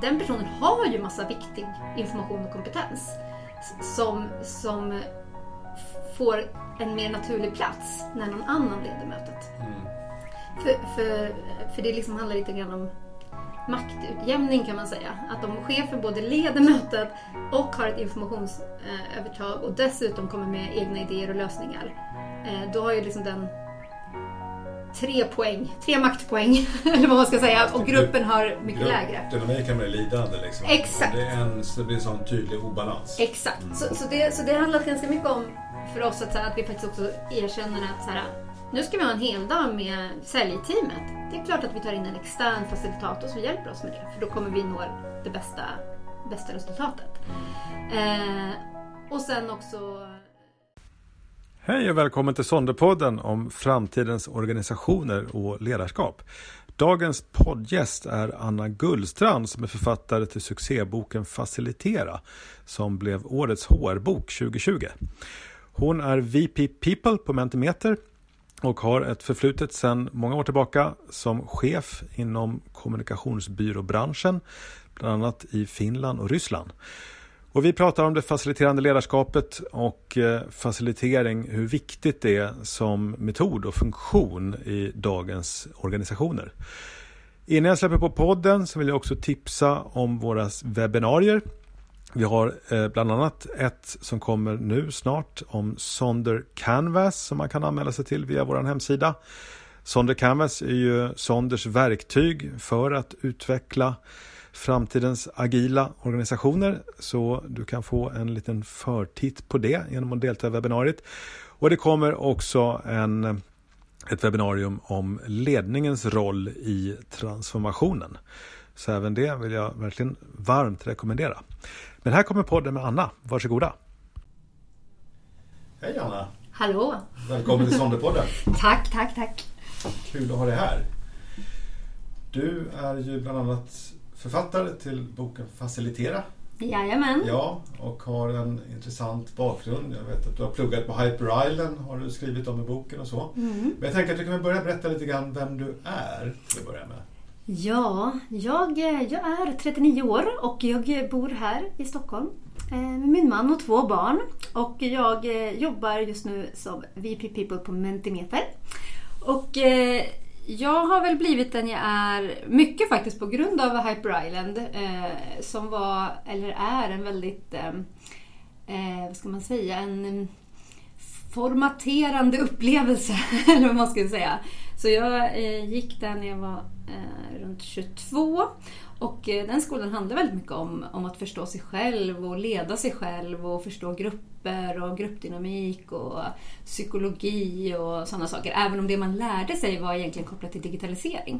den personen har ju massa viktig information och kompetens som får en mer naturlig plats när någon annan leder mötet. För det liksom handlar lite grann om maktutjämning, kan man säga. Att om chefen både leder mötet och har ett informationsövertag och dessutom kommer med egna idéer och lösningar, då har ju liksom den 3 maktpoäng eller vad man ska säga, och gruppen har mycket lägre. Dynamik kan bli lidande liksom. Exakt. Det blir en sån tydlig obalans. Exakt. Så det handlar ganska mycket om för oss att vi faktiskt också erkänner att så här, nu ska vi ha en hel dag med säljteamet. Det är klart att vi tar in en extern facilitator som hjälper oss med det. För då kommer vi nå det bästa resultatet. Och sen också... Hej och välkommen till Sonderpodden om framtidens organisationer och ledarskap. Dagens poddgäst är Anna Gullstrand som är författare till succéboken Facilitera som blev årets HR-bok 2020. Hon är VP People på Mentimeter och har ett förflutet sedan många år tillbaka som chef inom kommunikationsbyråbranschen, bland annat i Finland och Ryssland. Och vi pratar om det faciliterande ledarskapet och facilitering, hur viktigt det är som metod och funktion i dagens organisationer. Innan jag släpper på podden så vill jag också tipsa om våra webbinarier. Vi har bland annat ett som kommer nu snart om Sonder Canvas som man kan anmäla sig till via vår hemsida. Sonder Canvas är ju Sonders verktyg för att utveckla framtidens agila organisationer, så du kan få en liten förtitt på det genom att delta i webbinariet. Och det kommer också ett webbinarium om ledningens roll i transformationen. Så även det vill jag verkligen varmt rekommendera. Men här kommer podden med Anna. Varsågoda. Hej Anna. Hallå. Välkommen till Sonderpodden. Tack. Kul att ha dig här. Du är ju bland annat författare till boken Facilitera. Jajamän. Ja, och har en intressant bakgrund. Jag vet att du har pluggat på Hyper Island, har du skrivit om i boken och så. Men jag tänker att du kan börja berätta lite grann vem du är till att börja med. Ja, jag är 39 år och jag bor här i Stockholm med min man och 2 barn. Och jag jobbar just nu som VP People på Mentimeter. Och jag har väl blivit den jag är mycket faktiskt på grund av Hyper Island som var, eller är en väldigt, vad ska man säga, en formaterande upplevelse eller vad man ska säga. Så jag gick där när jag var runt 22 och den skolan handlar väldigt mycket om att förstå sig själv och leda sig själv och förstå grupper och gruppdynamik och psykologi och sådana saker. Även om det man lärde sig var egentligen kopplat till digitalisering.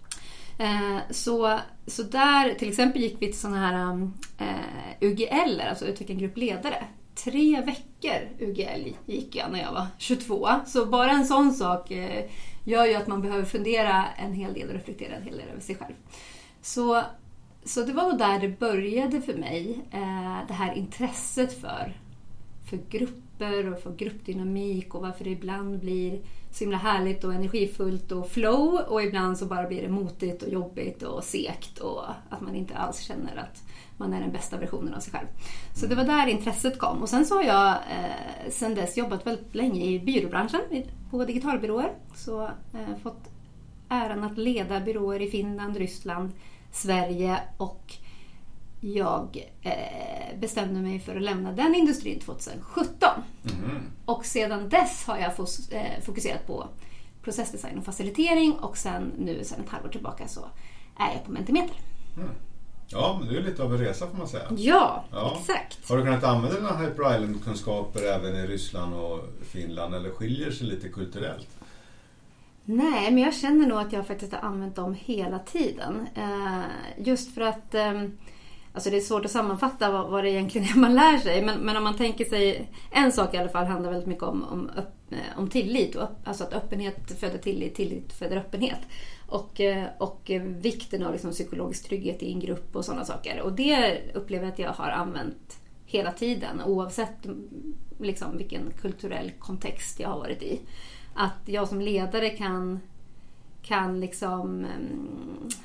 Så där till exempel gick vi till sådana här UGL, alltså utveckla en gruppledare. 3 veckor UGL gick jag när jag var 22. Så bara en sån sak gör ju att man behöver fundera en hel del och reflektera en hel del över sig själv. Så det var där det började för mig. Det här intresset för grupper och för gruppdynamik och varför det ibland blir så himla härligt och energifullt och flow och ibland så bara blir det motigt och jobbigt och segt och att man inte alls känner att man är den bästa versionen av sig själv. Så det var där intresset kom. Och sen så har jag sen dess jobbat väldigt länge i byråbranschen på digitalbyråer. Så fått äran att leda byråer i Finland, Ryssland, Sverige och jag bestämde mig för att lämna den industrin 2017. Och sedan dess har jag fokuserat på processdesign och facilitering och sen ett halvår tillbaka så är jag på Mentimeter. Ja, men det är lite av en resa får man säga. Ja, exakt. Har du kunnat använda dina Hyper Island-kunskaper även i Ryssland och Finland eller skiljer sig lite kulturellt? Nej, men jag känner nog att jag faktiskt har använt dem hela tiden. Just för att alltså det är svårt att sammanfatta vad det egentligen är man lär sig. Men om man tänker sig, en sak i alla fall handlar väldigt mycket om tillit. Alltså att öppenhet föder tillit, tillit föder öppenhet. Och vikten av liksom psykologisk trygghet i en grupp och sådana saker. Och det upplever jag att jag har använt hela tiden oavsett liksom vilken kulturell kontext jag har varit i. Att jag som ledare kan liksom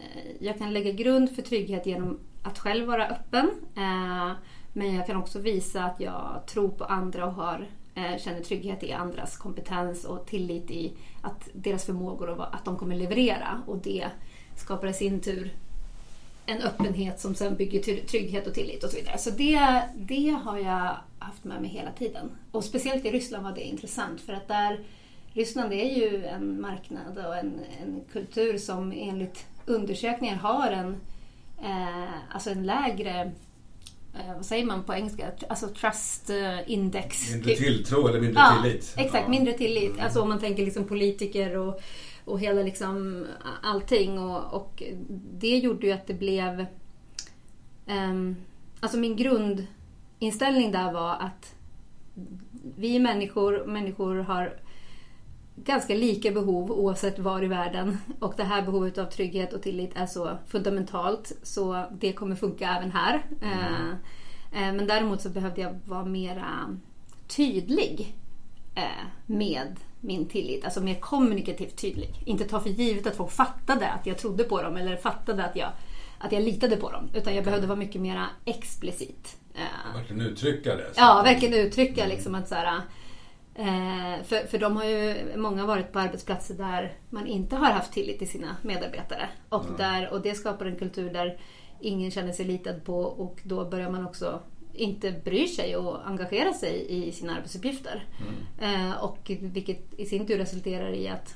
jag kan lägga grund för trygghet genom att själv vara öppen. Men jag kan också visa att jag tror på andra och känner trygghet i andras kompetens och tillit i att deras förmågor och att de kommer leverera. Och det skapar i sin tur en öppenhet som sen bygger trygghet och tillit och så vidare. Så det har jag haft med mig hela tiden. Och speciellt i Ryssland var det intressant för att Ryssland är ju en marknad och en kultur som enligt undersökningar har en lägre, vad säger man på engelska? Alltså trust index. Mindre tilltro eller mindre tillit. Exakt, mindre tillit. Alltså om man tänker liksom politiker och hela liksom allting. Och det gjorde ju att det blev... alltså min grundinställning där var att vi människor har ganska lika behov oavsett var i världen. Och det här behovet av trygghet och tillit är så fundamentalt. Så det kommer funka även här. Men däremot så behövde jag vara mera tydlig med min tillit. Alltså mer kommunikativt tydlig. Inte ta för givet att folk fattade att jag trodde på dem. Eller fattade att jag litade på dem. Utan jag behövde vara mycket mera explicit. Verkligen uttrycka det. Ja, verkligen uttrycka liksom att så här... För de har ju många varit på arbetsplatser där man inte har haft tillit till sina medarbetare och det skapar en kultur där ingen känner sig litad på och då börjar man också inte bry sig och engagera sig i sina arbetsuppgifter och vilket i sin tur resulterar i att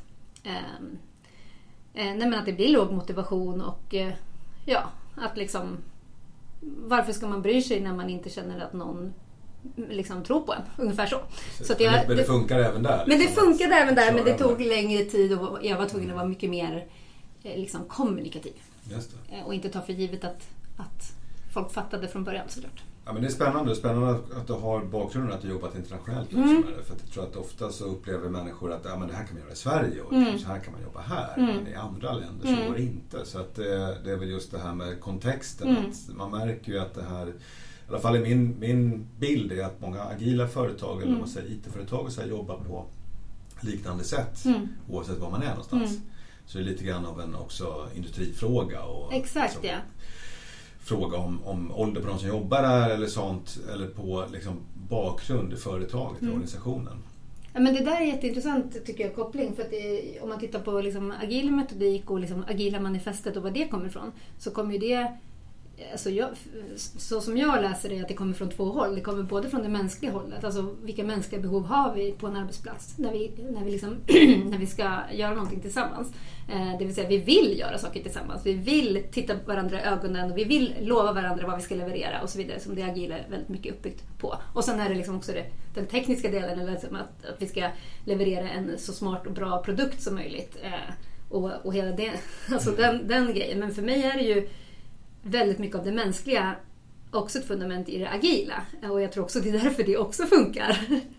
att det blir låg motivation och att liksom varför ska man bry sig när man inte känner att någon liksom tror på en, ungefär så. Så att men det funkar även där? Men det funkade även där, men det tog längre tid och jag var tvungen att vara mycket mer liksom kommunikativ. Just det. Och inte ta för givet att folk fattade från början såklart. Ja, men det är spännande att du har bakgrunden att du jobbat internationellt med det. För jag tror att ofta så upplever människor att men det här kan man göra i Sverige och så här kan man jobba här. Men i andra länder så går det inte. Så att det är väl just det här med kontexten. Att man märker ju att det här, i alla fall i min bild är att många agila företag eller man säger IT-företag och så här, jobbar på liknande sätt oavsett var man är någonstans. Så det är lite grann av en också industrifråga. Och exakt, liksom, fråga om ålder på de som jobbar där eller sånt, eller på liksom bakgrund i företaget, i organisationen. Ja, men det där är jätteintressant tycker jag, koppling. För att om man tittar på liksom agil metodik och liksom agila manifestet och var det kommer ifrån, så kommer ju det, alltså så som jag läser det, att det kommer från två håll. Det kommer både från det mänskliga hållet, alltså vilka mänskliga behov har vi på en arbetsplats när vi liksom när vi ska göra någonting tillsammans. Det vill säga vi vill göra saker tillsammans. Vi vill titta på varandra i ögonen och vi vill lova varandra vad vi ska leverera och så vidare, som det agila är väldigt mycket uppbyggt på. Och sen är det liksom också den tekniska delen, eller liksom att vi ska leverera en så smart och bra produkt som möjligt. Och hela det, alltså den grejen. Men för mig är det ju väldigt mycket av det mänskliga också ett fundament i det agila. Och jag tror också det är därför det också funkar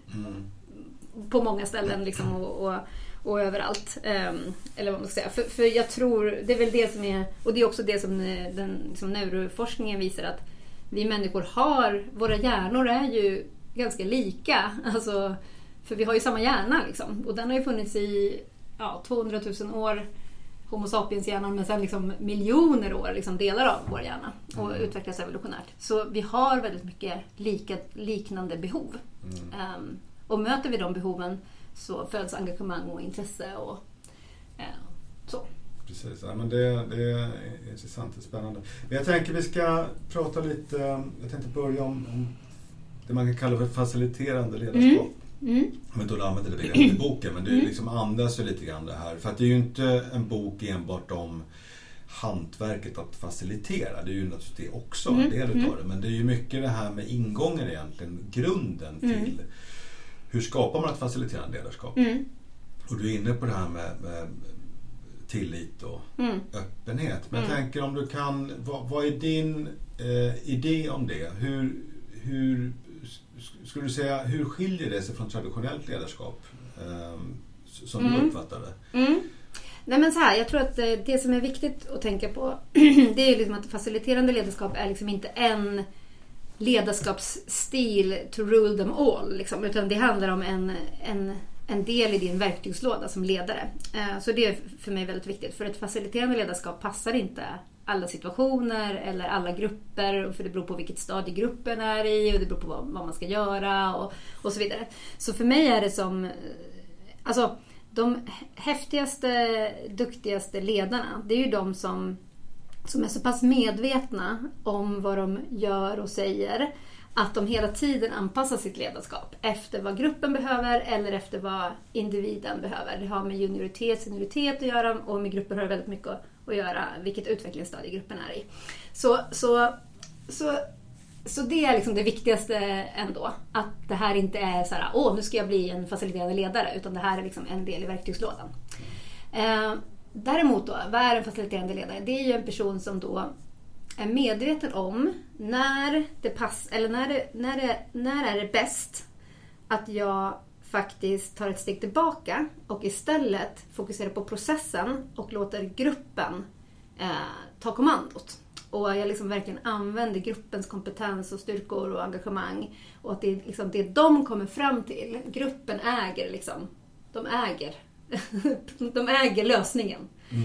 på många ställen liksom, och överallt. Eller vad man ska säga. För jag tror, det är väl det som är, och det är också det som neuroforskningen visar, att vi människor våra hjärnor är ju ganska lika. Alltså, för vi har ju samma hjärna liksom. Och den har ju funnits i 200 000 år, Homo sapiens-hjärnan, men sen liksom miljoner år liksom delar av vår hjärna och utvecklas evolutionärt. Så vi har väldigt mycket liknande behov. Och möter vi de behoven så föds engagemang och intresse och så. Precis, ja, men det är intressant, det är spännande. Men jag tänker vi ska prata lite, jag tänkte börja om det man kan kalla för faciliterande ledarskap. Men då använder det begreppet i boken, men det liksom andas ju lite grann det här. För att det är ju inte en bok enbart om hantverket att facilitera. Det är ju naturligtvis det också, en del utav det. Men det är ju mycket det här med ingången egentligen, grunden till hur skapar man ett faciliterande ledarskap. Och du är inne på det här med tillit och öppenhet. Men jag tänker om du kan, vad är din idé om det? Hur skulle du säga, hur skiljer det sig från traditionellt ledarskap som du uppfattar det? Nej, men så här, jag tror att det som är viktigt att tänka på det är liksom att faciliterande ledarskap är liksom inte en ledarskapsstil to rule them all liksom, utan det handlar om en del i din verktygslåda som ledare. Så det är för mig väldigt viktigt. För ett faciliterande ledarskap passar inte alla situationer eller alla grupper, för det beror på vilket stadie gruppen är i och det beror på vad man ska göra och så vidare. Så för mig är det som, alltså de häftigaste, duktigaste ledarna, det är ju de som är så pass medvetna om vad de gör och säger att de hela tiden anpassar sitt ledarskap efter vad gruppen behöver eller efter vad individen behöver. Det har med junioritet, senioritet att göra, och med grupper har det väldigt mycket att göra vilket utvecklingsstadie gruppen är i. Så det är liksom det viktigaste ändå. Att det här inte är så här, nu ska jag bli en faciliterande ledare, utan det här är liksom en del i verktygslådan. Däremot då, vad är en faciliterande ledare? Det är ju en person som då är medveten om när det passar, eller när är det bäst att jag faktiskt tar ett steg tillbaka och istället fokuserar på processen och låter gruppen ta kommandot. Och jag liksom verkligen använder gruppens kompetens och styrkor och engagemang, och att det är liksom det de kommer fram till. Gruppen äger liksom, de äger lösningen.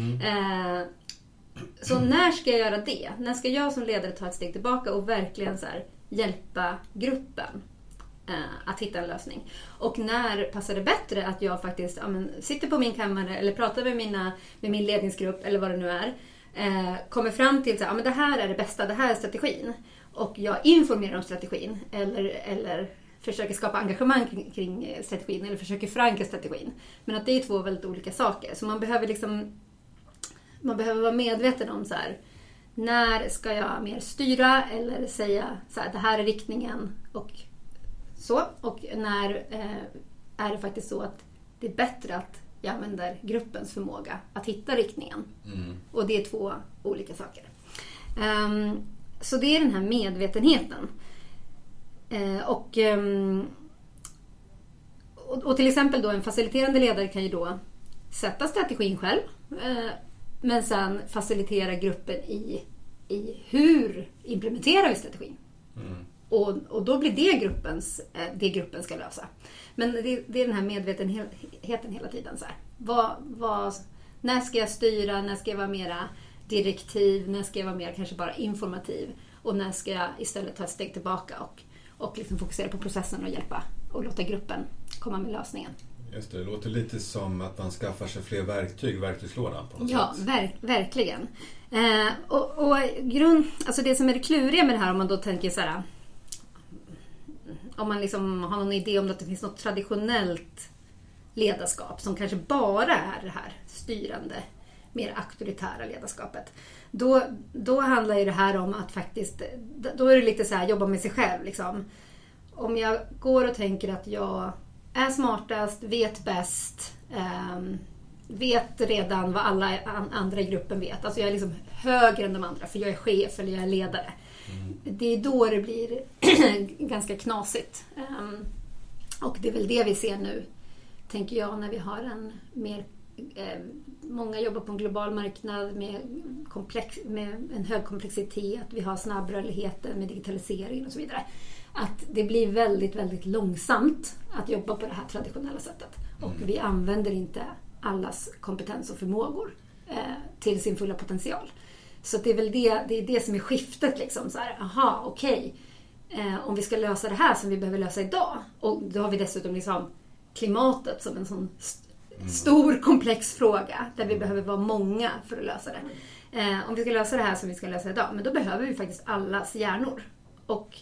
Så när ska jag göra det? När ska jag som ledare ta ett steg tillbaka och verkligen så här hjälpa gruppen att hitta en lösning? Och när passar det bättre att jag faktiskt sitter på min kammare eller pratar med min ledningsgrupp eller vad det nu är, kommer fram till att det här är det bästa, det här är strategin, och jag informerar om strategin eller försöker skapa engagemang kring strategin eller försöker förankra strategin. Men att det är två väldigt olika saker. Så man behöver vara medveten om så här, när ska jag mer styra eller säga så här, det här är riktningen och så. Och när är det faktiskt så att det är bättre att jag använder gruppens förmåga att hitta riktningen. Och det är två olika saker. Så det är den här medvetenheten. Och till exempel då en faciliterande ledare kan ju då sätta strategin själv, men sen facilitera gruppen i hur implementerar vi strategin. Och då blir det gruppen ska lösa. Men det är den här medvetenheten hela tiden. Så här. När ska jag styra? När ska jag vara mera direktiv? När ska jag vara mer kanske bara informativ? Och när ska jag istället ta ett steg tillbaka och liksom fokusera på processen och hjälpa och låta gruppen komma med lösningen. Just det låter lite som att man skaffar sig fler verktyg i verktygslådan på något sätt. Ja, verkligen. Alltså det som är det kluriga med det här, om man då tänker så här, om man liksom har någon idé om att det finns något traditionellt ledarskap som kanske bara är det här styrande, mer auktoritära ledarskapet. Då handlar ju det här om att faktiskt, då är det lite så här, jobba med sig själv liksom. Om jag går och tänker att jag är smartast, vet bäst, vet redan vad alla andra i gruppen vet. Alltså jag är liksom högre än de andra för jag är chef eller jag är ledare. Det är då det blir ganska knasigt. Och det är väl det vi ser nu, tänker jag, när vi har en mer... många jobbar på en global marknad med en hög komplexitet. Vi har snabbrörligheter med digitalisering och så vidare. Att det blir väldigt, väldigt långsamt att jobba på det här traditionella sättet. Och vi använder inte allas kompetens och förmågor till sin fulla potential. Så det är väl det som är skiftet liksom. Så här, okej. Om vi ska lösa det här som vi behöver lösa idag. Och då har vi dessutom liksom klimatet som en sån stor komplex fråga där vi behöver vara många för att lösa det. Om vi ska lösa det här som vi ska lösa idag, men då behöver vi faktiskt allas hjärnor. Och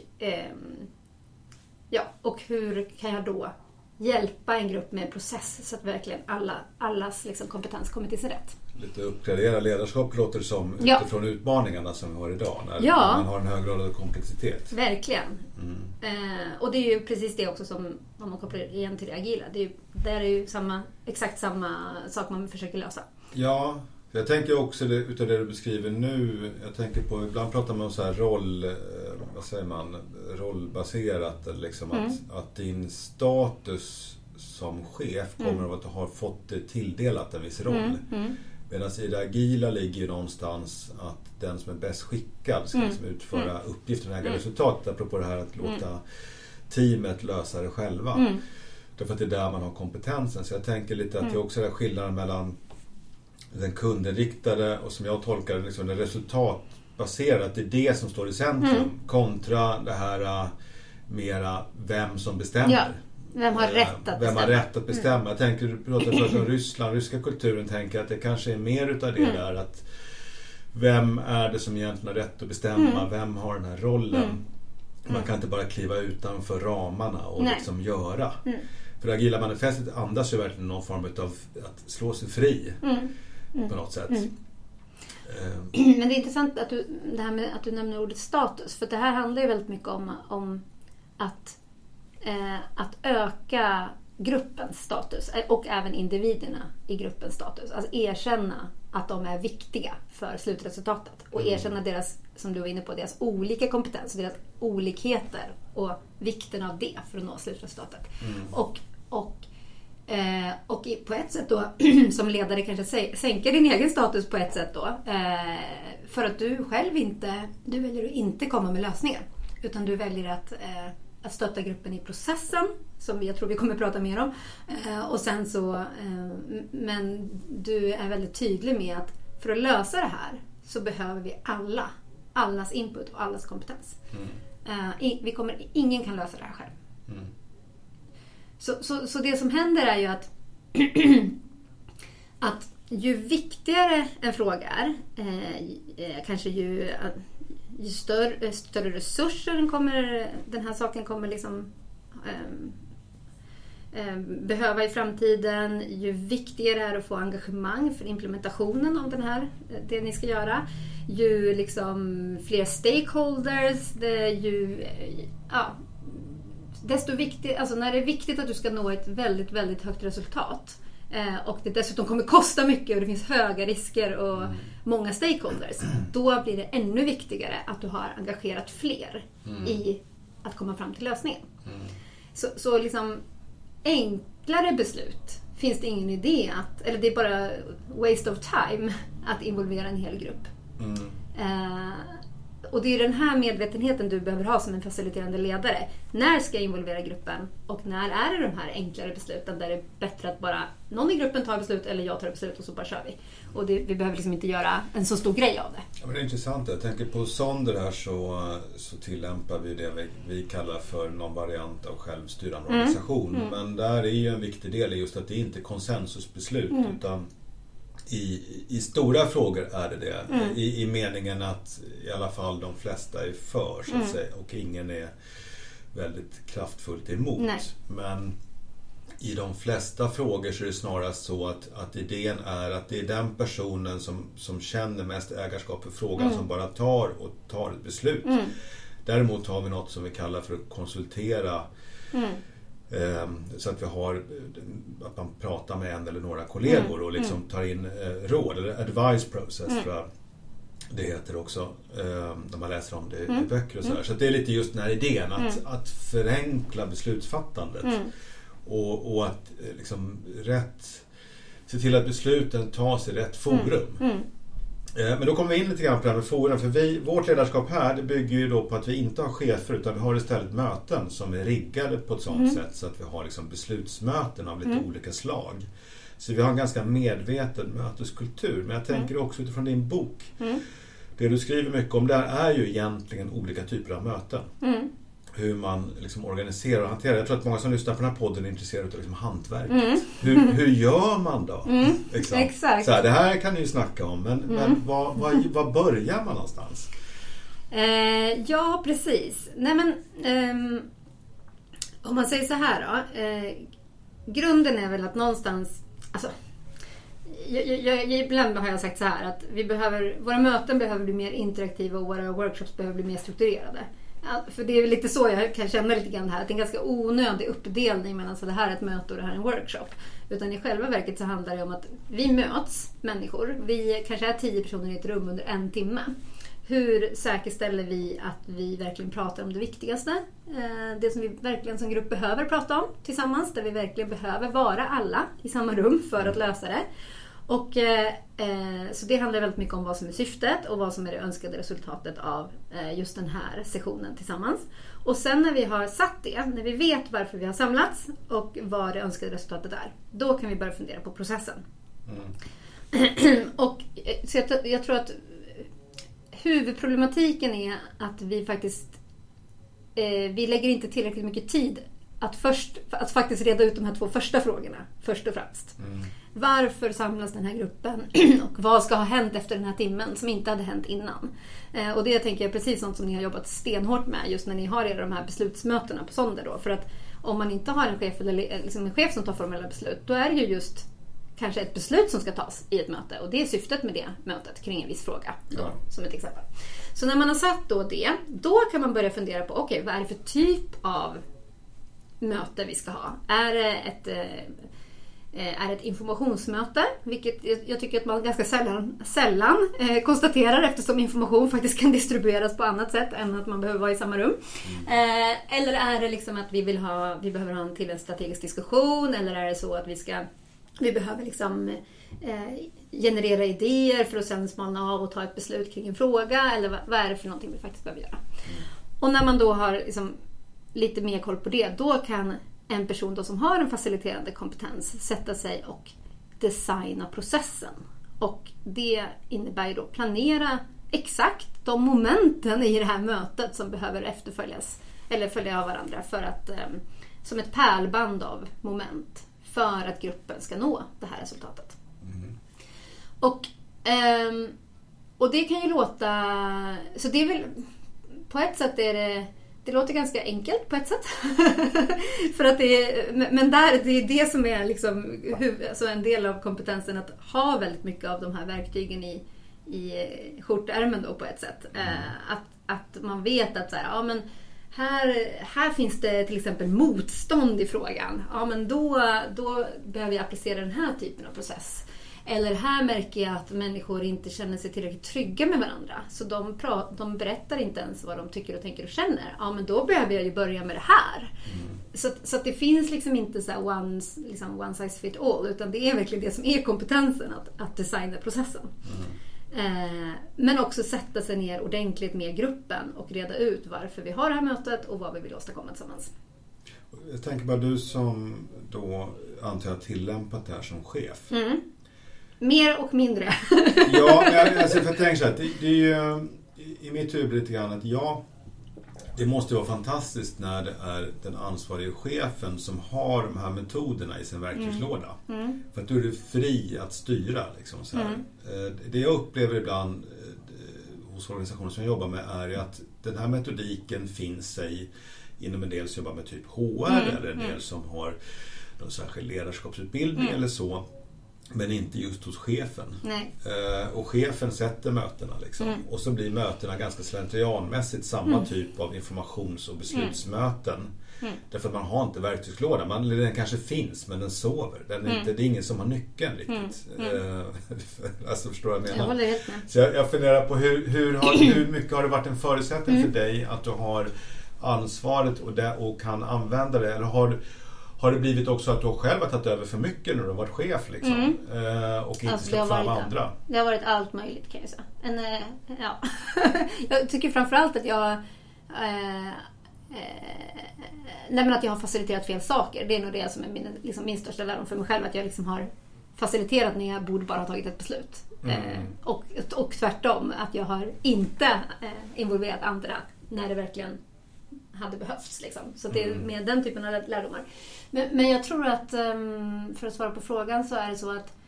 och hur kan jag då hjälpa en grupp med en process så att verkligen allas liksom kompetens kommer till sin rätt. Lite uppgradera ledarskap låter som utifrån utmaningarna som vi har idag när man har en hög grad av komplexitet. Verkligen. Och det är ju precis det också som om man kopplar igen till det agila. Där är ju exakt samma sak man försöker lösa. Ja, jag tänker också utav det du beskriver nu, jag tänker på, ibland pratar man om så här rollbaserat, liksom att din status som chef kommer att ha fått tilldelat en viss roll. Medan i det agila ligger ju någonstans att den som är bäst skickad ska liksom utföra uppgiften och äga resultatet, apropå det här att låta teamet lösa det själva. Därför att det är där man har kompetensen. Så jag tänker lite att det är också är skillnaden mellan den kundinriktade och som jag tolkar det, liksom det resultatbaserat. Det är det som står i centrum kontra det här mera vem som bestämmer. Ja. Vem har rätt att bestämma? Jag tänker, du pratar först om Ryssland, ryska kulturen, tänker att det kanske är mer utav det där att vem är det som egentligen har rätt att bestämma? Vem har den här rollen? Man kan inte bara kliva utanför ramarna och liksom göra. För det agila manifestet andas ju verkligen någon form av att slå sig fri på något sätt. Men det är intressant att det här med att du nämner ordet status. För det här handlar ju väldigt mycket om att öka gruppens status och även individerna i gruppens status. Alltså erkänna att de är viktiga för slutresultatet och erkänna deras, som du var inne på, deras olika kompetens och deras olikheter och vikten av det för att nå slutresultatet. Och på ett sätt då som ledare kanske sänka din egen status på ett sätt då för att du väljer att inte komma med lösningar utan du väljer att stötta gruppen i processen som jag tror vi kommer att prata mer om och sen så men du är väldigt tydlig med att för att lösa det här så behöver vi allas input och allas kompetens. Ingen kan lösa det här själv. Så det som händer är ju att ju viktigare en fråga är kanske ju större resurser den här saken kommer liksom behöva i framtiden, ju viktigare är att få engagemang för implementationen av det ni ska göra, ju liksom fler stakeholders, desto viktigt, alltså när det är viktigt att du ska nå ett väldigt, väldigt högt resultat och det dessutom kommer kosta mycket och det finns höga risker och många stakeholders, då blir det ännu viktigare att du har engagerat fler i att komma fram till lösningen. Så liksom enklare beslut finns det ingen idé eller det är bara waste of time att involvera en hel grupp. Och det är den här medvetenheten du behöver ha som en faciliterande ledare. När ska jag involvera gruppen och när är det de här enklare besluten där det är bättre att bara någon i gruppen tar beslut eller jag tar beslut och så bara kör vi. Och vi behöver liksom inte göra en så stor grej av det. Ja, men det är intressant. Jag tänker på Sonder här så tillämpar vi det vi kallar för någon variant av självstyrande organisation. Men där är ju en viktig del just att det inte är konsensusbeslut utan i stora frågor är det. I meningen att i alla fall de flesta är för så att säga, och ingen är väldigt kraftfullt emot. Nej. Men i de flesta frågor så är det snarast så att idén är att det är den personen som känner mest ägarskap för frågan som bara tar ett beslut. Däremot har vi något som vi kallar för att konsultera så att att man pratar med en eller några kollegor och liksom tar in råd eller advice process tror jag det heter också när man läser om det i böcker och så här. Så det är lite just den här idén att förenkla beslutsfattandet och att liksom se till att besluten tas i rätt forum. Men då kommer vi in lite grann på det här med forum, för vårt ledarskap här det bygger ju då på att vi inte har chefer utan vi har istället möten som är riggade på ett sådant sätt så att vi har liksom beslutsmöten av lite olika slag. Så vi har en ganska medveten möteskultur, men jag tänker också utifrån din bok. Det du skriver mycket om där är ju egentligen olika typer av möten. Hur man liksom organiserar och hanterar. Jag tror att många som lyssnar på den här podden är intresserade av liksom hantverket. Hur gör man då? Exakt. Så här, det här kan ni ju snacka om, men var börjar man någonstans? Ja, precis. Nej, men om man säger så här då. Grunden är väl att någonstans, alltså, ibland har jag sagt så här att våra möten behöver bli mer interaktiva och våra workshops behöver bli mer strukturerade. För det är väl lite så jag kan känna lite grann här. Att det är en ganska onödig uppdelning mellan så det här är ett möte och det här är en workshop. Utan i själva verket så handlar det om att vi möts, människor. Vi kanske är 10 personer i ett rum under 1 timme. Hur säkerställer vi att vi verkligen pratar om det viktigaste? Det som vi verkligen som grupp behöver prata om tillsammans. Där vi verkligen behöver vara alla i samma rum för att lösa det. Och så det handlar väldigt mycket om vad som är syftet och vad som är det önskade resultatet av just den här sessionen tillsammans. Och sen när vi har satt det, när vi vet varför vi har samlats och vad det önskade resultatet är, då kan vi börja fundera på processen. Och så jag tror att huvudproblematiken är att vi faktiskt vi lägger inte tillräckligt mycket tid att faktiskt reda ut de här 2 första frågorna först och främst. Varför samlas den här gruppen och vad ska ha hänt efter den här timmen som inte hade hänt innan? Och det tänker jag precis sånt som ni har jobbat stenhårt med just när ni har de här beslutsmötena på Sonder då. För att om man inte har en chef eller liksom en chef som tar formella beslut, då är det ju just kanske ett beslut som ska tas i ett möte. Och det är syftet med det mötet kring en viss fråga då, som ett exempel. Så när man har satt då det, då kan man börja fundera på okej, vad är det för typ av möte vi ska ha? Är det ett informationsmöte, vilket jag tycker att man ganska sällan konstaterar eftersom information faktiskt kan distribueras på annat sätt än att man behöver vara i samma rum. Eller är det liksom att vi behöver ha till en strategisk diskussion, eller är det så att vi behöver liksom generera idéer för att sen smalna av och ta ett beslut kring en fråga, eller vad är det för någonting vi faktiskt behöver göra? Och när man då har liksom lite mer koll på det, då kan en person då som har en faciliterande kompetens sätta sig och designa processen. Och det innebär ju då planera exakt de momenten i det här mötet som behöver efterföljas eller följa av varandra för att som ett pärlband av moment för att gruppen ska nå det här resultatet. Och det kan ju låta, så det är väl på ett sätt det låter ganska enkelt på ett sätt. För att det är det som är liksom alltså en del av kompetensen, att ha väldigt mycket av de här verktygen i skjortärmen då på ett sätt. Att man vet att så här, ja, men här finns det till exempel motstånd i frågan. Ja, men då behöver jag applicera den här typen av process. Eller här märker jag att människor inte känner sig tillräckligt trygga med varandra. Så de berättar inte ens vad de tycker och tänker och känner. Ja, men då behöver jag ju börja med det här. Så att det finns liksom inte så här one size fit all. Utan det är verkligen det som är kompetensen, att designa processen. Men också sätta sig ner ordentligt med gruppen och reda ut varför vi har det här mötet och vad vi vill åstadkomma tillsammans. Jag tänker bara, du som då antar jag tillämpat det här som chef. Mer och mindre. Ja, alltså för jag tänker så här, det är ju i mitt huvud lite grann att det måste vara fantastiskt när det är den ansvariga chefen som har de här metoderna i sin verktygslåda. För att då är du fri att styra. Liksom, så här. Det jag upplever ibland hos organisationer som jag jobbar med är att den här metodiken finns sig inom en del som jobbar med typ HR eller en del som har någon särskild ledarskapsutbildning eller så. Men inte just hos chefen. Och chefen sätter mötena liksom. Och så blir mötena ganska slentrianmässigt samma typ av informations- och beslutsmöten. Därför att man har inte verktygslådan. Den kanske finns, men den sover. Det är ingen som har nyckeln riktigt. Alltså, förstår jag menar? Jag håller helt med. Så jag funderar på hur mycket har det varit en förutsättning för dig att du har ansvaret och kan använda det? Eller har det blivit också att du själv har tagit över för mycket när du har varit chef liksom, och inte släppt fram andra? Det har varit allt möjligt, kan jag säga. Jag tycker framförallt att jag att jag har faciliterat fel saker. Det är nog det som är min största lärdom för mig själv, att jag liksom har faciliterat när jag borde bara ha tagit ett beslut. Och tvärtom, att jag har inte involverat andra när det verkligen hade behövts liksom. Så det är med den typen av lärdomar. Men jag tror att för att svara på frågan så är det så att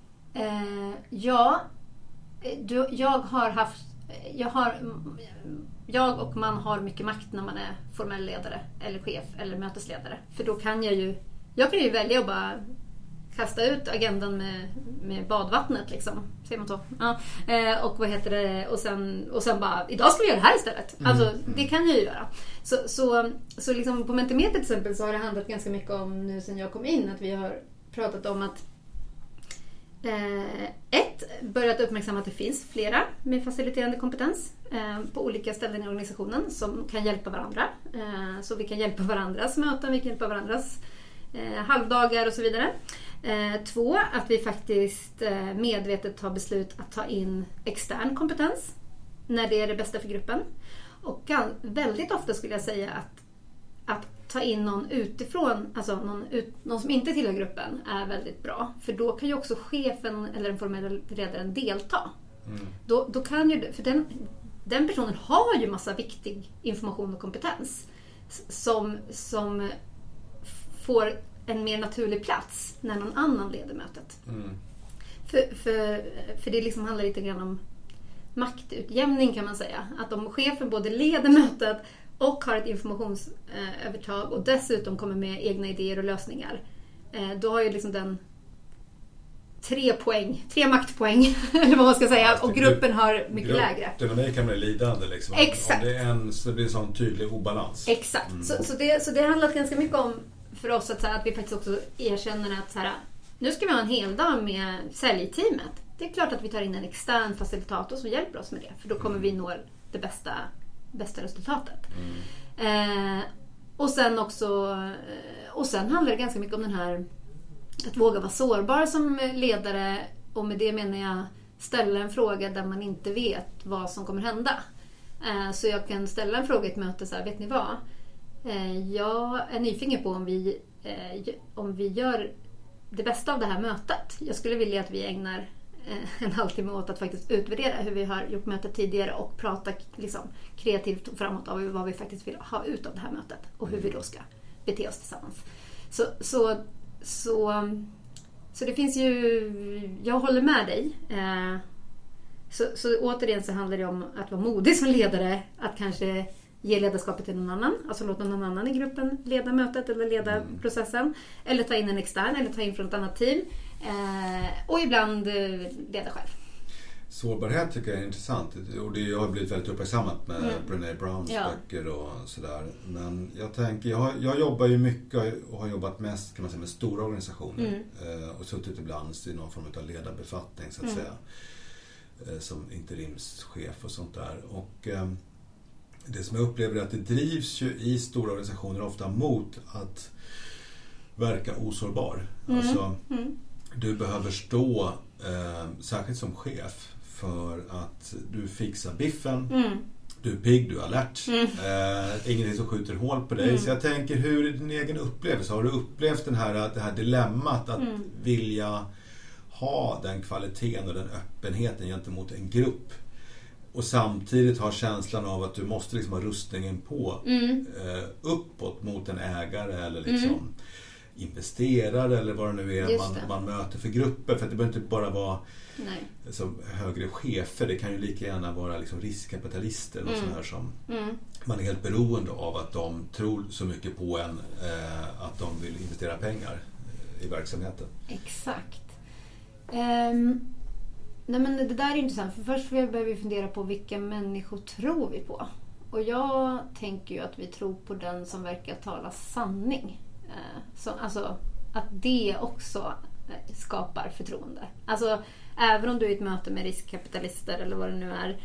jag och man har mycket makt när man är formell ledare eller chef eller mötesledare. För då kan jag ju välja att bara kasta ut agendan med badvattnet liksom. Ser man så? Ja. Och vad heter det? Och sen bara, idag ska vi göra det här istället. Alltså, det kan jag ju göra. Så liksom på Mentimeter till exempel så har det handlat ganska mycket om, nu sen jag kom in, att vi har pratat om att börjat uppmärksamma att det finns flera med faciliterande kompetens på olika ställen i organisationen som kan hjälpa varandra. Så vi kan hjälpa varandras möten, vi kan hjälpa varandras halvdagar och så vidare. 2, att vi faktiskt medvetet tar beslut att ta in extern kompetens när det är det bästa för gruppen. Och väldigt ofta skulle jag säga att ta in någon utifrån, alltså någon som inte tillhör gruppen, är väldigt bra. För då kan ju också chefen eller den formella ledaren delta. Då kan ju, för den personen har ju massa viktig information och kompetens som får en mer naturlig plats när någon annan leder mötet. För det liksom handlar lite grann om maktutjämning, kan man säga. Att om chefen både leder mötet och har ett informationsövertag och dessutom kommer med egna idéer och lösningar, då har ju liksom den 3 maktpoäng eller vad man ska säga, och gruppen har mycket lägre. Dynamik kan bli lidande liksom. Exakt. Om det är så blir det en sån tydlig obalans. Exakt. Så det handlar ganska mycket om för oss att vi faktiskt också erkänner att så här, nu ska vi ha en hel dag med säljteamet. Det är klart att vi tar in en extern facilitator som hjälper oss med det, för då kommer vi nå det bästa resultatet. Och sen handlar det ganska mycket om den här att våga vara sårbar som ledare, och med det menar jag ställa en fråga där man inte vet vad som kommer hända. Så jag kan ställa en fråga i ett möte så här: vet ni vad? Jag är nyfiken på om vi gör det bästa av det här mötet. Jag skulle vilja att vi ägnar en halvtimme åt att faktiskt utvärdera hur vi har gjort mötet tidigare och prata liksom kreativt framåt av vad vi faktiskt vill ha ut av det här mötet och hur vi då ska bete oss tillsammans. Så det finns ju, jag håller med dig. Så återigen så handlar det om att vara modig som ledare, att kanske ge ledarskapet till någon annan, alltså låta någon annan i gruppen leda mötet eller leda processen, eller ta in en extern eller ta in från ett annat team, och ibland leda själv. Sårbarhet tycker jag är intressant, och det har blivit väldigt uppmärksammat med Brené Browns böcker och sådär. Men jag tänker, jag jobbar ju mycket och har jobbat mest, kan man säga, med stora organisationer och suttit ibland i någon form av ledarbefattning så att säga, som interimschef och sånt där. Och det som jag upplever är att det drivs ju i stora organisationer ofta mot att verka osårbar. Alltså, du behöver stå, särskilt som chef, för att du fixar biffen. Du är pigg, du är alert. Ingenting som skjuter hål på dig. Så jag tänker, hur är din egen upplevelse? Har du upplevt det här dilemmat att vilja ha den kvaliteten och den öppenheten gentemot en grupp, och samtidigt ha känslan av att du måste liksom ha rustningen på uppåt mot en ägare eller liksom investerare eller vad det nu är man möter för grupper? För att det behöver inte bara vara som högre chefer, det kan ju lika gärna vara liksom riskkapitalister och sån här som man är helt beroende av att de tror så mycket på en att de vill investera pengar i verksamheten. Exakt. Nej, men det där är intressant, för först behöver vi fundera på vilka människor tror vi på. Och jag tänker ju att vi tror på den som verkar tala sanning. Alltså att det också skapar förtroende. Alltså även om du är i ett möte med riskkapitalister eller vad det nu är,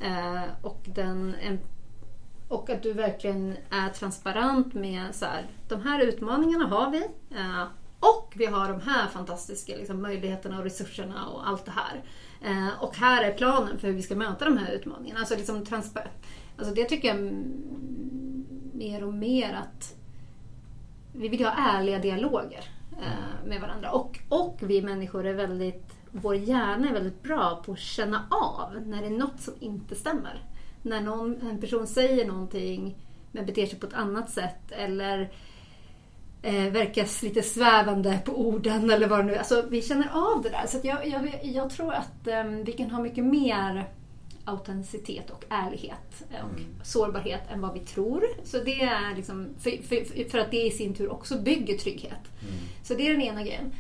och att du verkligen är transparent med så här, de här utmaningarna har vi, och vi har de här fantastiska liksom, möjligheterna och resurserna och allt det här. Och här är planen för hur vi ska möta de här utmaningarna. Alltså, liksom, alltså det tycker jag mer och mer att vi vill ha ärliga dialoger med varandra. Och vi människor är vår hjärna är väldigt bra på att känna av när det är något som inte stämmer. När en person säger någonting men beter sig på ett annat sätt eller verkar lite svävande på orden eller vad det nu är. Alltså, vi känner av det där. Så att jag tror att vi kan ha mycket mer autenticitet och ärlighet och sårbarhet än vad vi tror. Så det är liksom, för att det i sin tur också bygger trygghet. Så det är den ena grejen.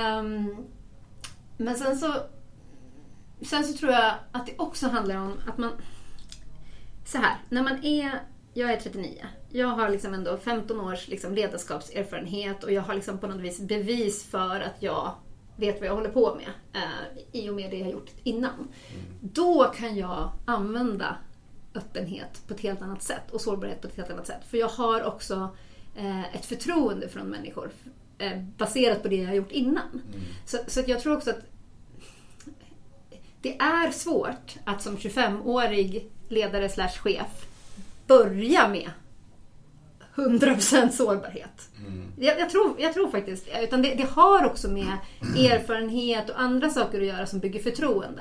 Men sen så tror jag att det också handlar om att man så här, jag är 39. Jag har liksom ändå 15 års liksom ledarskapserfarenhet och jag har liksom på något vis bevis för att jag vet vad jag håller på med i och med det jag har gjort innan. Då kan jag använda öppenhet på ett helt annat sätt och sårbarhet på ett helt annat sätt. För jag har också ett förtroende från människor baserat på det jag har gjort innan. Så att jag tror också att det är svårt att som 25-årig ledare / chef börja med 100% sårbarhet. Jag tror faktiskt utan det har också med erfarenhet och andra saker att göra som bygger förtroende.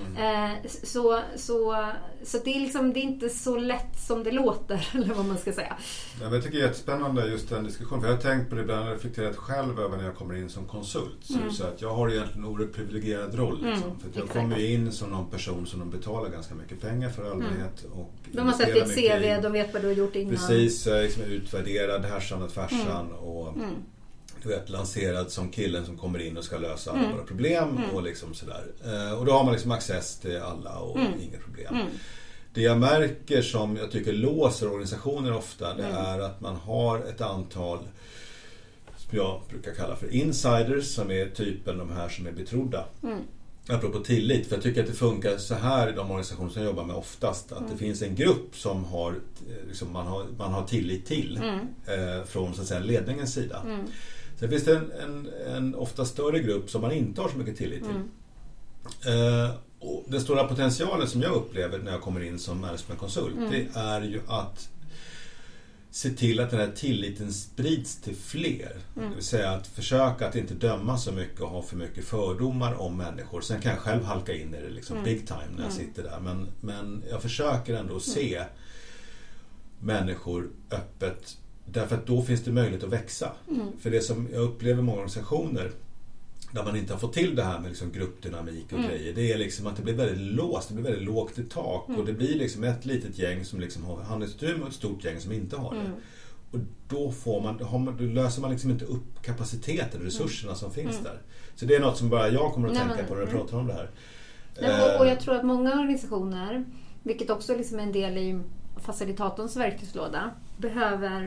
Så det är liksom, det är inte så lätt som det låter, eller vad man ska säga. Jag tycker det är jättespännande just den diskussionen, för jag har tänkt på det ibland och reflekterat själv över när jag kommer in som konsult. Så att jag har egentligen en oerhört privilegierad roll liksom, för att jag kommer in som någon person som de betalar ganska mycket pengar för allmänhet. Och de har sett ditt CV, de vet vad du har gjort innan. Precis, liksom utvärderad, härsan och tvärsan och du vet, lanserad som killen som kommer in och ska lösa alla våra problem och liksom sådär. Och då har man liksom access till alla och inga problem. Det jag märker som jag tycker låser organisationer ofta, det är att man har ett antal som jag brukar kalla för insiders, som är typen de här som är betrodda. Apropå tillit, för jag tycker att det funkar så här i de organisationer som jag jobbar med oftast, att det finns en grupp som har, liksom, man har tillit till från så att säga ledningens sida. Sen finns det en ofta större grupp som man inte har så mycket tillit till. Och den stora potentialen som jag upplever när jag kommer in som managementkonsult, det är ju att se till att den här tilliten sprids till fler. Det vill säga att försöka att inte döma så mycket och ha för mycket fördomar om människor. Sen kan jag själv halka in i det liksom big time när jag sitter där. Men jag försöker ändå se människor öppet, därför att då finns det möjlighet att växa. För det som jag upplever i många organisationer där man inte har fått till det här med liksom gruppdynamik och grejer, det är liksom att det blir väldigt låst, det blir väldigt lågt i tak och det blir liksom ett litet gäng som liksom har handlingsutrymme och ett stort gäng som inte har det. Och då löser man liksom inte upp kapaciteten och resurserna som finns där. Så det är något som bara jag kommer att tänka på när jag pratar om det här. Och jag tror att många organisationer, vilket också liksom är en del i facilitatorns verktygslåda, behöver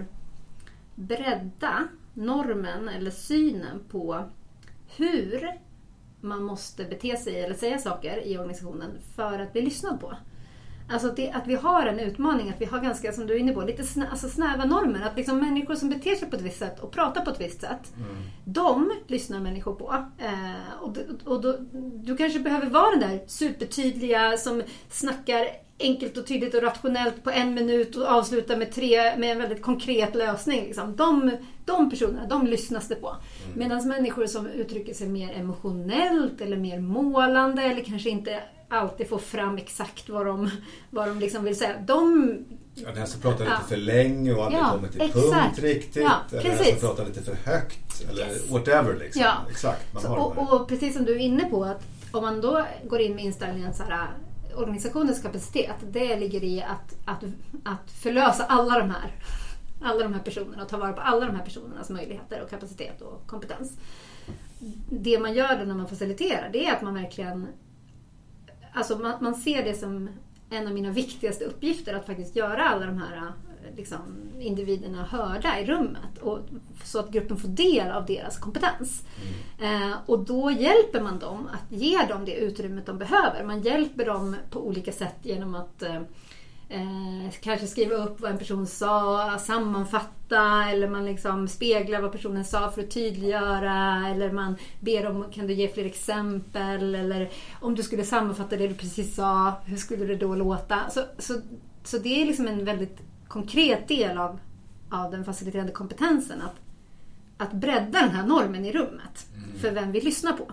bredda normen eller synen på hur man måste bete sig eller säga saker i organisationen för att bli lyssnad på. Alltså att vi har en utmaning, att vi har ganska, som du är inne på, lite snäva normer. Att liksom människor som beter sig på ett visst sätt och pratar på ett visst sätt, de lyssnar människor på. Och du kanske behöver vara den där supertydliga som snackar enkelt och tydligt och rationellt på 1 minut och avslutar med en väldigt konkret lösning. Liksom. De personerna, de lyssnas det på. Medan människor som uttrycker sig mer emotionellt eller mer målande eller kanske inte alltid får fram exakt vad de liksom vill säga. Den här som pratar lite för länge och aldrig kommer till punkt riktigt. Eller den som pratar lite för högt. Eller whatever liksom. Ja. Exakt. Och precis som du är inne på, att om man då går in med inställningen så här, organisationens kapacitet, det ligger i att förlösa alla de här personerna och ta vara på alla de här personernas möjligheter och kapacitet och kompetens. Det man gör då när man faciliterar, det är att man verkligen, alltså man ser det som en av mina viktigaste uppgifter, att faktiskt göra alla de här liksom, individerna hörda i rummet, och så att gruppen får del av deras kompetens. Och då hjälper man dem att ge dem det utrymmet de behöver. Man hjälper dem på olika sätt genom att kanske skriva upp vad en person sa, sammanfatta, eller man liksom speglar vad personen sa för att tydliggöra, eller man ber om, kan du ge fler exempel, eller om du skulle sammanfatta det du precis sa, hur skulle det då låta? Så det är liksom en väldigt konkret del av den faciliterande kompetensen, att bredda den här normen i rummet för vem vi lyssnar på.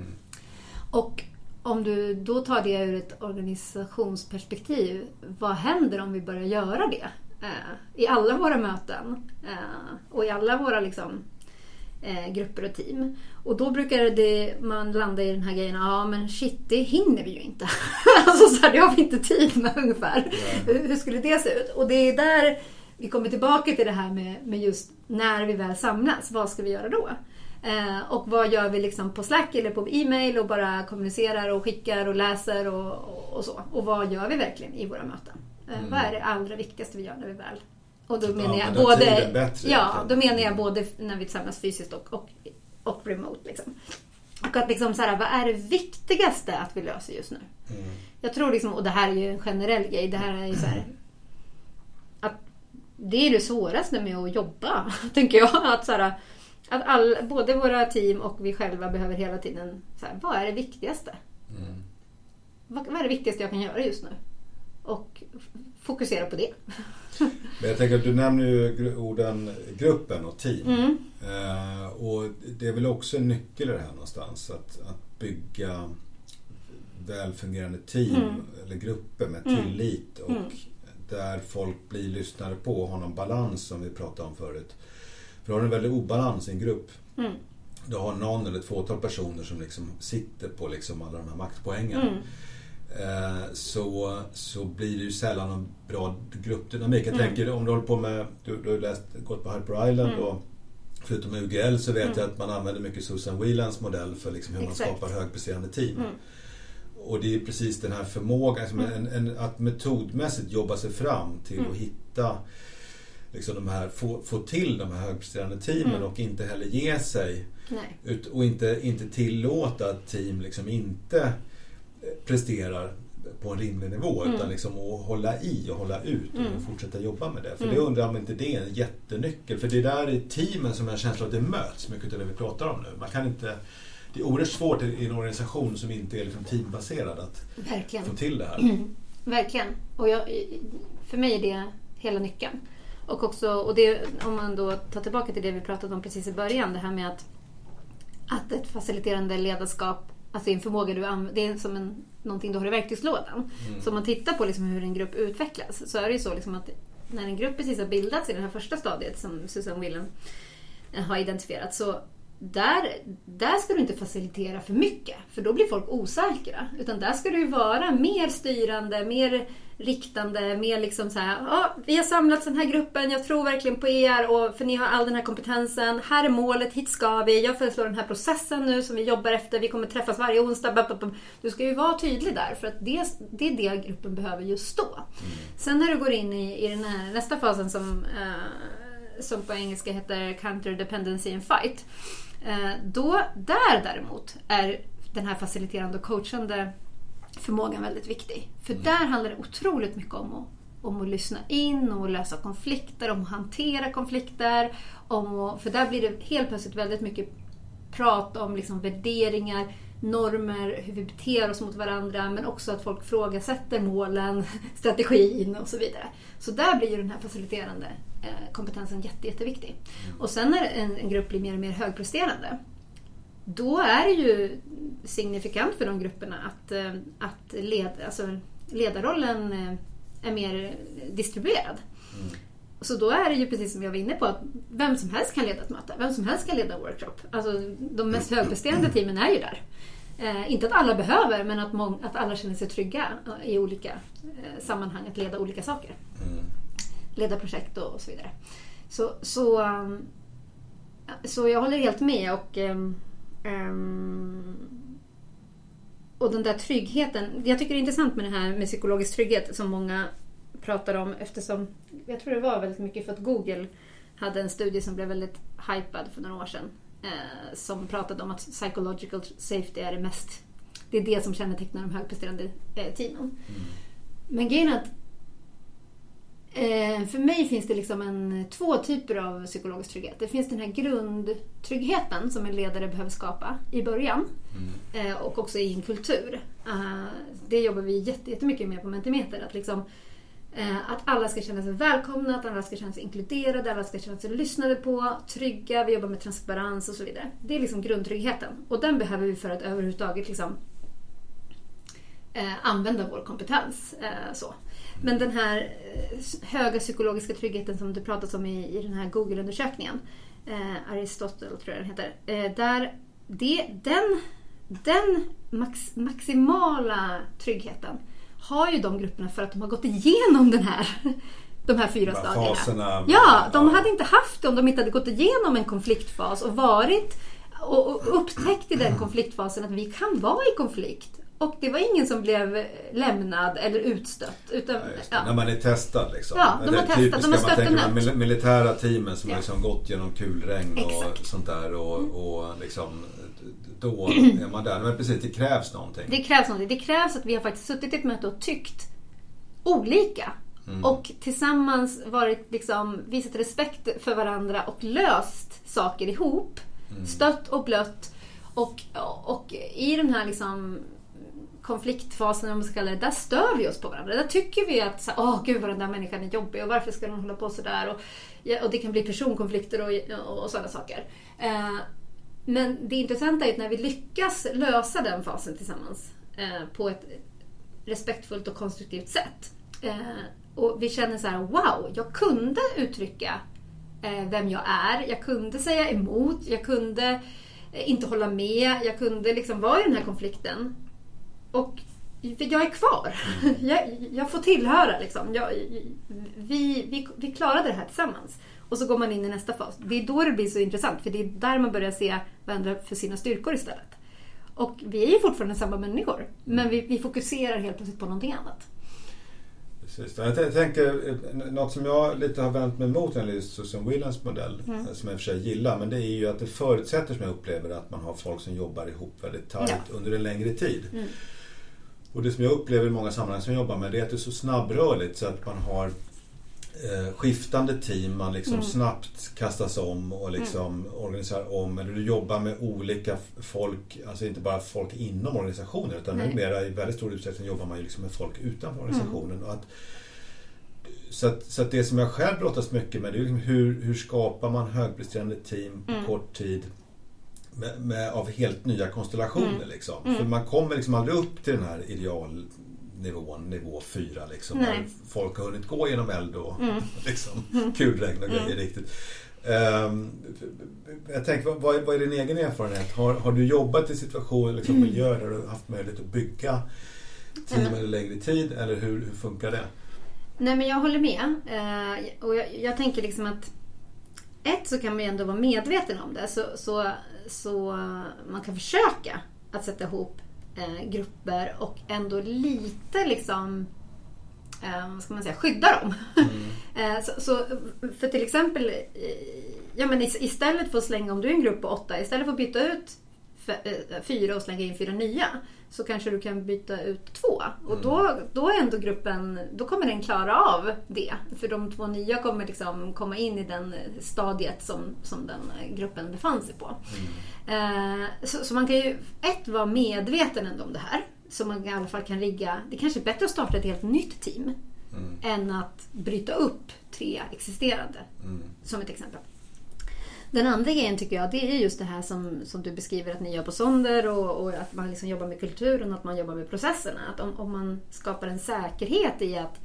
Och om du då tar det ur ett organisationsperspektiv, vad händer om vi börjar göra det i alla våra möten och i alla våra liksom, grupper och team? Och då brukar man landa i den här grejen, men shit, det hinner vi ju inte. Alltså så här, det har vi inte tid med ungefär. Hur skulle det se ut? Och det är där vi kommer tillbaka till det här med just när vi väl samlas, vad ska vi göra då? Och vad gör vi liksom på Slack eller på e-mail och bara kommunicerar och skickar och läser och så. Och vad gör vi verkligen i våra möten? Vad är det allra viktigaste vi gör när vi väl... Och då menar jag både när vi samlas fysiskt och remote liksom. Och att liksom så här, vad är det viktigaste att vi löser just nu? Jag tror liksom, och det här är ju en generell grej, det här är ju så här, att det är det svåraste med att jobba, tänker jag, att så här, Att både våra team och vi själva behöver hela tiden så här, vad är det viktigaste? Vad är det viktigaste jag kan göra just nu? Och fokusera på det. Men jag tänker att du nämner ju orden gruppen och team. Och det är väl också en nyckel i det här någonstans. Att bygga välfungerande team eller grupper med tillit och där folk blir lyssnade på och har någon balans som vi pratade om förut. För har du en väldigt obalans i en grupp. Du har någon eller ett fåtal personer som liksom sitter på liksom alla de här maktpoängen. Så blir det ju sällan en bra gruppdynamik. Jag tänker om du håller på med, du har gått på Hyper Island och förutom UGL så vet jag att man använder mycket Susan Whelans modell för liksom hur man skapar högpresterande team. Och det är precis den här förmågan att metodmässigt jobba sig fram till att hitta liksom de här, få till de här högpresterande teamen och inte heller ge sig. Och inte tillåta att team liksom inte presterar på en rimlig nivå utan liksom att hålla i och hålla ut och fortsätta jobba med det. För det undrar om inte det är en jättenyckel. För det där är teamen som jag känslar att det möts mycket av det vi pratar om nu. Man kan inte, det är oerhört svårt i en organisation som inte är liksom teambaserad att få till det här. Verkligen. Och för mig är det hela nyckeln. Och också, och det, om man då tar tillbaka till det vi pratade om precis i början, det här med att ett faciliterande ledarskap, alltså en förmåga du använder, det är som någonting du har i verktygslådan. Så om man tittar på liksom hur en grupp utvecklas så är det ju så liksom att när en grupp precis har bildats i det här första stadiet som Susan Whelan har identifierat, så där ska du inte facilitera för mycket, för då blir folk osäkra, utan där ska du vara mer styrande, mer riktande, mer liksom så här, vi har samlat den här gruppen, jag tror verkligen på er och för ni har all den här kompetensen, här är målet, hit ska vi, jag föreslår den här processen nu som vi jobbar efter, vi kommer träffas varje onsdag. Du ska ju vara tydlig där, för att det är det gruppen behöver just då. Sen när du går in i den här nästa fasen som på engelska heter counter dependency and fight, där däremot är den här faciliterande och coachande förmågan väldigt viktig. För där handlar det otroligt mycket om att lyssna in och lösa konflikter, om att hantera konflikter, för där blir det helt plötsligt väldigt mycket prat om liksom värderingar, normer, hur vi beter oss mot varandra, men också att folk frågasätter målen, strategin och så vidare. Så där blir ju den här faciliterande kompetensen jätteviktig. Och sen när en grupp blir mer och mer högpresterande, då är det ju signifikant för de grupperna att ledarrollen är mer distribuerad. Så då är det ju precis som jag var inne på, att vem som helst kan leda ett möte, vem som helst kan leda en workshop. Alltså de mest högpresterande teamen är ju där. Inte att alla behöver, men att alla känner sig trygga i olika sammanhang att leda olika saker. Leda projekt och så vidare. Så jag håller helt med och den där tryggheten. Jag tycker det är intressant med det här med psykologisk trygghet som många pratar om, eftersom jag tror det var väldigt mycket för att Google hade en studie som blev väldigt hypad för några år sedan som pratade om att psychological safety är det som kännetecknar de högpresterande teamen. Men grejen är att för mig finns det liksom två typer av psykologisk trygghet. Det finns den här grundtryggheten som en ledare behöver skapa i början och också i en kultur. Det jobbar vi jättemycket med på Mentimeter, att liksom att alla ska känna sig välkomna, att alla ska känna sig inkluderade, alla ska känna sig lyssnade på, trygga, vi jobbar med transparens och så vidare. Det är liksom grundtryggheten, och den behöver vi för att överhuvudtaget liksom använda vår kompetens så. Men den här höga psykologiska tryggheten som du pratat om i den här Google-undersökningen, Aristotle tror jag den heter, den maximala tryggheten har ju de grupperna för att de har gått igenom de här 4 stadierna. Faserna, de hade inte haft det om de inte hade gått igenom en konfliktfas och varit och upptäckt i den konfliktfasen att vi kan vara i konflikt. Och det var ingen som blev lämnad eller utstött. Utan, när man är testad liksom. Ja, de har testat. De har stött de militära teamen som har liksom gått genom kulregn och sånt där. Och liksom, då är man där. Men precis, det krävs någonting. Det krävs att vi har faktiskt suttit i ett möte och tyckt olika och tillsammans varit liksom, visat respekt för varandra och löst saker ihop, stött och blött, och i den här liksom konfliktfasen, om man ska kalla det, där stör vi oss på varandra. Där tycker vi att gud vad den där människan är jobbig och varför ska den hålla på sådär, och det kan bli personkonflikter och sådana saker. Men det intressanta är att när vi lyckas lösa den fasen tillsammans på ett respektfullt och konstruktivt sätt, och vi känner så här: wow, jag kunde uttrycka vem jag är, jag kunde säga emot, jag kunde inte hålla med, jag kunde liksom vara i den här konflikten, och jag är kvar. Jag får tillhöra liksom. Vi klarade det här tillsammans. Och så går man in i nästa fas. Det är då det blir så intressant, för det är där man börjar se varandra för sina styrkor istället. Och vi är ju fortfarande samma människor, men vi fokuserar helt plötsligt på någonting annat. Precis. Jag tänker, något som jag lite har vänt mig mot är Susan Whelans modell, som jag i och för sig gillar, men det är ju att det förutsätter, som jag upplever, att man har folk som jobbar ihop väldigt tajt under en längre tid. Och det som jag upplever i många sammanhang som jag jobbar med, det är att det är så snabbrörligt, så att man har skiftande team, man liksom snabbt kastas om och liksom organiserar om, eller du jobbar med olika folk, alltså inte bara folk inom organisationen, utan numera i väldigt stor utsträckning jobbar man ju liksom med folk utanför organisationen. Och så att det som jag själv brottas mycket med, det är liksom hur skapar man högpresterande team på kort tid av helt nya konstellationer liksom. För man kommer liksom aldrig upp till den här idealnivån, nivå 4 liksom, när folk har hunnit gå genom eld och liksom kulregn och grejer riktigt. Jag tänker, vad är din egen erfarenhet? Har du jobbat i situationer, liksom, miljöer där du har haft möjlighet att bygga team eller längre tid, eller hur funkar det? Nej, men jag håller med. Och jag tänker liksom att så kan man ju ändå vara medveten om det, så man kan försöka att sätta ihop grupper och ändå lite liksom, vad ska man säga, skydda dem. Så för till exempel, men istället för att slänga, om du är en grupp på 8, istället för att byta ut 4 och slänga in 4 nya, så kanske du kan byta ut 2, och då är ändå gruppen, då kommer den klara av det, för de 2 nya kommer liksom komma in i den stadiet som den gruppen befann sig på. Så man kan ju vara medveten ändå om det här, så man i alla fall kan rigga. Det kanske är bättre att starta ett helt nytt team än att bryta upp 3 existerande, som ett exempel. Den andra grejen tycker jag, det är just det här som du beskriver att ni gör på Sonder, och att man liksom jobbar med kulturen och att man jobbar med processerna. Att om man skapar en säkerhet i att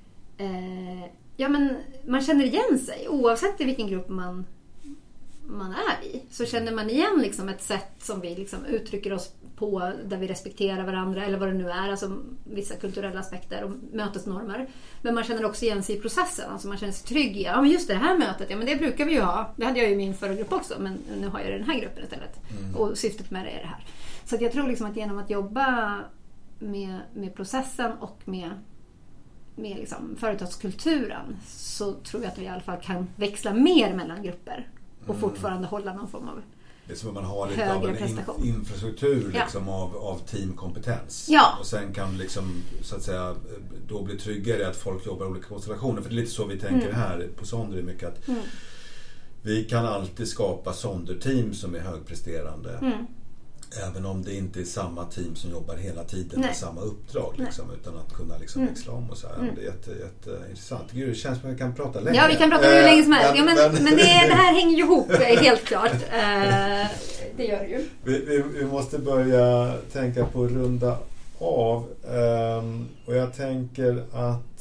man känner igen sig oavsett i vilken grupp man är i, så känner man igen liksom ett sätt som vi liksom uttrycker oss på, där vi respekterar varandra, eller vad det nu är, alltså vissa kulturella aspekter och mötesnormer. Men man känner också igen sig i processen, alltså man känner sig trygg i, men just det här mötet, men det brukar vi ju ha, det hade jag ju i min förra grupp också, men nu har jag den här gruppen istället, och syftet med det är det här. Så att jag tror liksom att genom att jobba med processen och med liksom företagskulturen, så tror jag att vi i alla fall kan växla mer mellan grupper och fortfarande hålla någon form av det är som att man har lite av en infrastruktur liksom, av teamkompetens. Och sen kan liksom, så att säga, då bli tryggare att folk jobbar i olika konstellationer. För det är lite så vi tänker här på Sonder, mycket att vi kan alltid skapa Sonder-team som är högpresterande. Även om det inte är samma team som jobbar hela tiden med samma uppdrag liksom, utan att kunna liksom växla om och så här. Det är jätteintressant. Gud, det känns som att vi kan prata länge. Ja, vi kan prata hur länge som helst. Men det här hänger ju ihop, helt klart. Det gör det ju. Vi måste börja tänka på att runda av. Och jag tänker att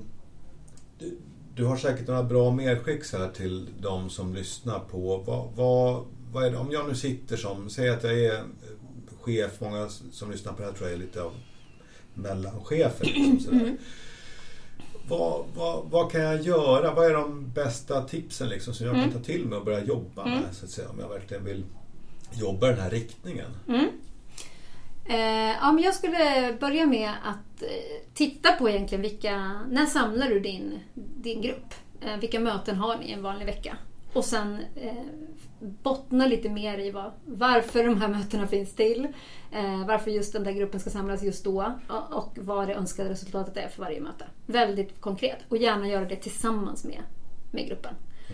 du har säkert några bra medskick här till de som lyssnar på vad är det? Om jag nu sitter som, säg att jag är chef, många som lyssnar på det här tror jag är lite av mellanchefer. Liksom, vad kan jag göra? Vad är de bästa tipsen liksom, som jag kan ta till mig och börja jobba med, så att säga, om jag verkligen vill jobba i den här riktningen? Men jag skulle börja med att titta på egentligen när samlar du din grupp? Vilka möten har ni en vanlig vecka? Och sen bottna lite mer i varför de här mötena finns till. Varför just den där gruppen ska samlas just då. Och vad det önskade resultatet är för varje möte. Väldigt konkret. Och gärna göra det tillsammans med gruppen.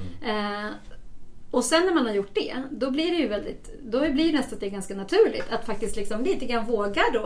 Och sen när man har gjort det, då blir det ju då blir det nästan det ganska naturligt att faktiskt liksom lite grann våga då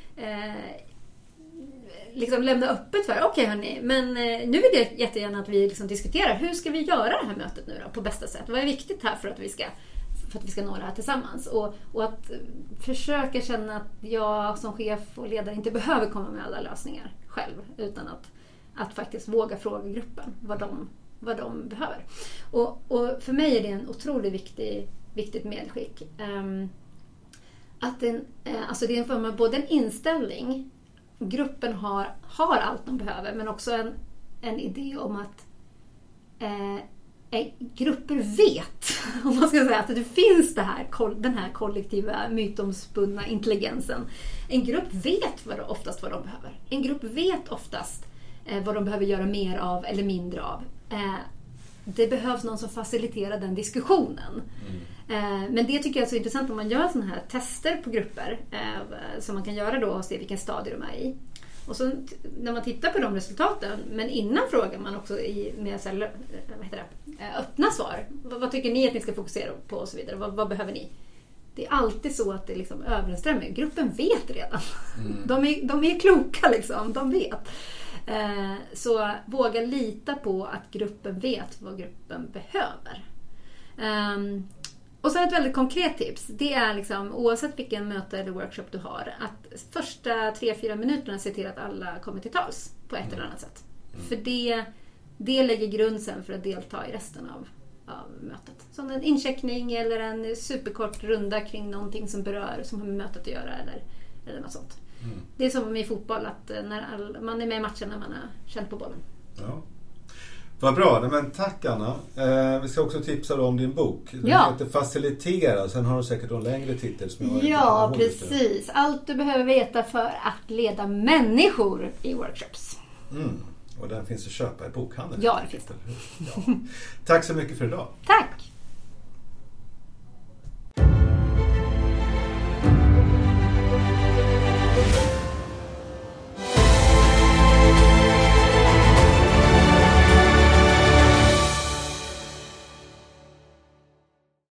liksom lämna öppet för okej hörni, men nu vill jag jättegärna att vi liksom diskuterar hur ska vi göra det här mötet nu då på bästa sätt. Vad är viktigt här för att vi ska nå det här tillsammans och att försöka känna att jag som chef och ledare inte behöver komma med alla lösningar själv, utan att faktiskt våga fråga gruppen vad de behöver. Och för mig är det en otroligt viktigt medskick. Att alltså det är en form av både en inställning, gruppen har allt de behöver, men också en idé om att grupper vet, om man ska säga, att det finns den här kollektiva mytomspunna intelligensen. En grupp vet oftast vad de behöver. En grupp vet oftast vad de behöver göra mer av eller mindre av. Det behövs någon som faciliterar den diskussionen. Men det tycker jag är så intressant om man gör sådana här tester på grupper som man kan göra då och se vilken stadie de är i. Och så när man tittar på de resultaten, men innan frågar man också med så här, öppna svar. Vad tycker ni att ni ska fokusera på och så vidare? Vad behöver ni? Det är alltid så att det liksom överensstämmer. Gruppen vet redan. De är kloka liksom, de vet. Så våga lita på att gruppen vet vad gruppen behöver. Och så ett väldigt konkret tips. Det är liksom, oavsett vilken möte eller workshop du har, att första 3-4 minuterna se till att alla kommer till tals på ett eller annat sätt. För det lägger grund sen för att delta i resten av mötet. Som en incheckning eller en superkort runda kring någonting som har med mötet att göra eller något sånt. Det är som i fotboll, att när man är med i matchen när man har känt på bollen. Ja. Vad bra, men tack Anna. Vi ska också tipsa om din bok. Den heter Facilitera, sen har du säkert en längre titel som jag precis. Allt du behöver veta för att leda människor i workshops. Och den finns att köpa i bokhandeln. Ja, det finns det. Ja. Tack så mycket för idag. Tack!